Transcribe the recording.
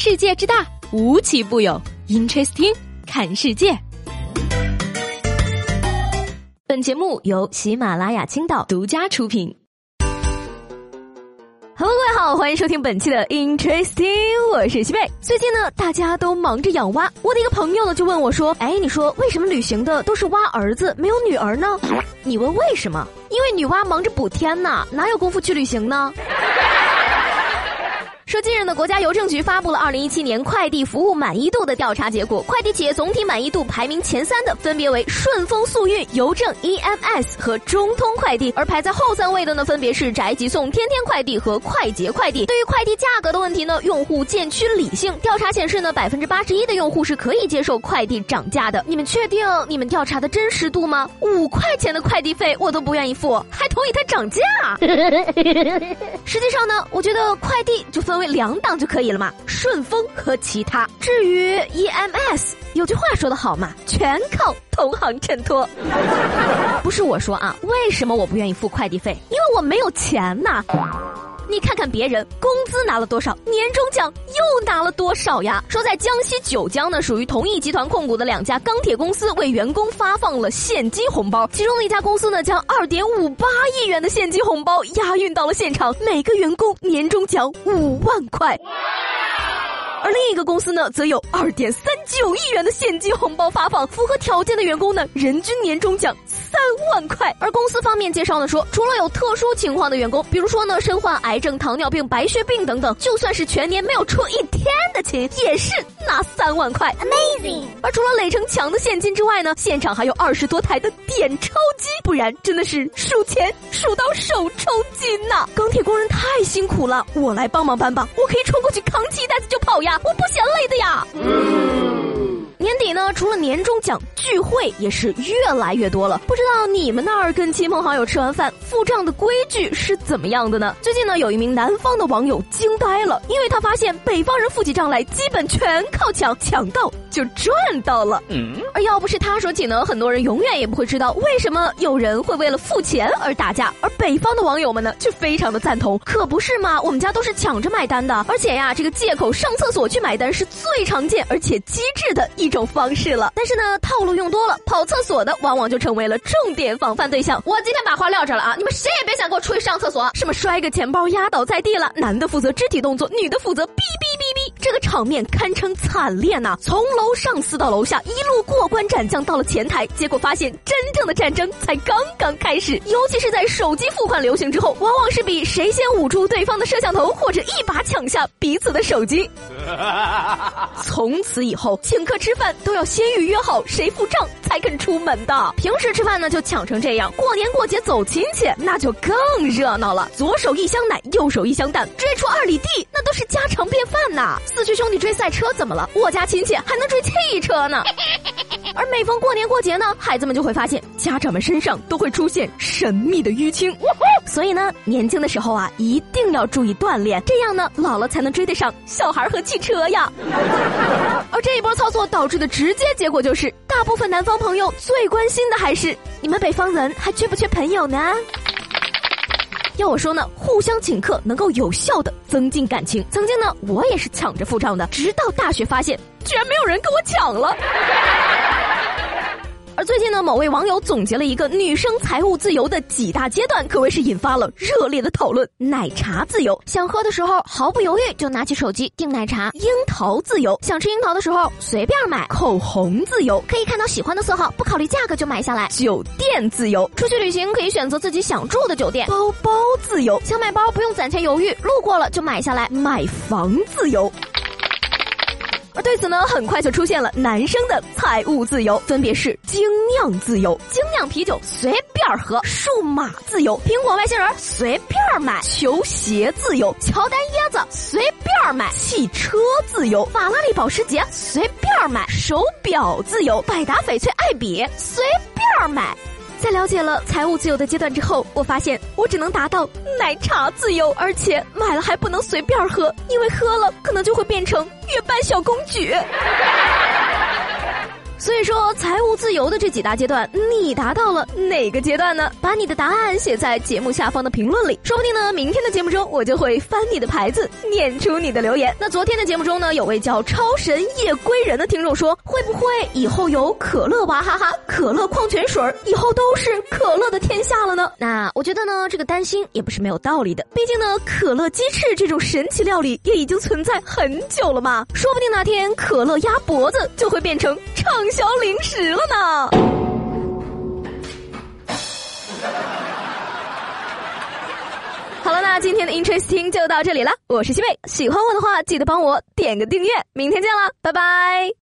世界之大，无奇不有。Interesting， 看世界。本节目由喜马拉雅青岛独家出品。Hello， 各位好，欢迎收听本期的 Interesting， 我是西贝。最近呢，大家都忙着养蛙，我的一个朋友呢就问我说：“哎，你说为什么旅行的都是蛙儿子，没有女儿呢？”你问为什么？因为女娲忙着补天呢，哪有功夫去旅行呢？说近日呢，国家邮政局发布了2017年快递服务满意度的调查结果，快递企业总体满意度排名前3的分别为顺丰速运、邮政 EMS 和中通快递，而排在后3位的呢，分别是宅急送、天天快递和快捷快递。对于快递价格的问题呢，用户渐趋理性，调查显示呢，81%的用户是可以接受快递涨价的。你们确定你们调查的真实度吗？5块钱的快递费我都不愿意付，还同意它涨价？实际上呢，我觉得快递就分为2档就可以了嘛，顺丰和其他。至于 EMS， 有句话说得好嘛，全靠同行衬托。不是我说啊，为什么我不愿意付快递费？因为我没有钱呐。你看看别人工资拿了多少，年终奖又拿了多少呀？说在江西九江呢，属于同一集团控股的2家钢铁公司为员工发放了现金红包，其中的一家公司呢，将2.58亿元的现金红包押运到了现场，每个员工年终奖5万块。而另一个公司呢，则有2.39亿元的现金红包发放，符合条件的员工呢，人均年终奖3万块。而公司方面介绍呢说，除了有特殊情况的员工，比如说呢身患癌症、糖尿病、白血病等等，就算是全年没有出1天的勤，也是拿3万块 ，Amazing！ 而除了垒成墙的现金之外呢，现场还有20多台的点钞机，不然真的是数钱数到手抽筋呐！钢铁工人太辛苦了，我来帮忙搬吧，我可以冲过去扛起1袋子就跑呀，我不嫌累的呀。年底呢，除了年终奖，聚会也是越来越多了。不知道你们那儿跟亲朋好友吃完饭付账的规矩是怎么样的呢？最近呢，有一名南方的网友惊呆了，因为他发现北方人付起账来基本全靠抢，抢到就赚到了。而要不是他说起呢，很多人永远也不会知道为什么有人会为了付钱而打架。而北方的网友们呢，就非常的赞同，可不是嘛，我们家都是抢着买单的，而且呀，这个借口上厕所去买单是最常见而且机智的一种方式了。但是呢，套路用多了，跑厕所的往往就成为了重点防范对象。我今天把话撂这了啊，你们谁也别想给我出去上厕所，什么摔个钱包压倒在地了，男的负责肢体动作，女的负责哔哔哔哔，这个场面堪称惨烈呐！从楼上撕到楼下，一路过关斩将到了前台，结果发现真正的战争才刚刚开始。尤其是在手机付款流行之后，往往是比谁先捂住对方的摄像头，或者一把抢下彼此的手机。从此以后，请客吃饭都要先预约好谁付账才肯出门的。平时吃饭呢就抢成这样，过年过节走亲戚那就更热闹了，左手1箱奶，右手1箱蛋，追出2里地那都是家常便饭呐。4驱兄弟追赛车怎么了？我家亲戚还能追汽车呢。而每逢过年过节呢，孩子们就会发现家长们身上都会出现神秘的淤青，所以呢，年轻的时候啊，一定要注意锻炼，这样呢，老了才能追得上小孩和汽车呀。而这一波操作导致的直接结果就是，大部分南方朋友最关心的还是你们北方人还缺不缺朋友呢？要我说呢，互相请客能够有效的增进感情。曾经呢，我也是抢着付账的，直到大学发现，居然没有人跟我抢了。而最近呢，某位网友总结了一个女生财务自由的几大阶段，可谓是引发了热烈的讨论。奶茶自由，想喝的时候毫不犹豫就拿起手机订奶茶；樱桃自由，想吃樱桃的时候随便买；口红自由，可以看到喜欢的色号，不考虑价格就买下来；酒店自由，出去旅行可以选择自己想住的酒店；包包自由，想买包不用攒钱犹豫，路过了就买下来；买房自由。而对此呢，很快就出现了男生的财务自由，分别是精酿自由，精酿啤酒随便喝；数码自由，苹果外星人随便买；球鞋自由，乔丹椰子随便买；汽车自由，法拉利保时捷随便买；手表自由，百达翡翠爱彼随便买。在了解了财务自由的阶段之后，我发现我只能达到奶茶自由，而且买了还不能随便喝，因为喝了可能就会变成月半小公举。 所以说，财务自由的这几大阶段，你达到了哪个阶段呢？把你的答案写在节目下方的评论里，说不定呢，明天的节目中我就会翻你的牌子，念出你的留言。那昨天的节目中呢，有位叫超神夜归人的听众说，会不会以后有可乐娃哈哈、可乐矿泉水，以后都是可乐的天下了呢？那我觉得呢，这个担心也不是没有道理的，毕竟呢，可乐鸡翅这种神奇料理也已经存在很久了嘛，说不定哪天可乐鸭脖子就会变成畅销零食了呢。好了，那今天的 Interesting 就到这里了，我是西贝，喜欢我的话记得帮我点个订阅，明天见了，拜拜。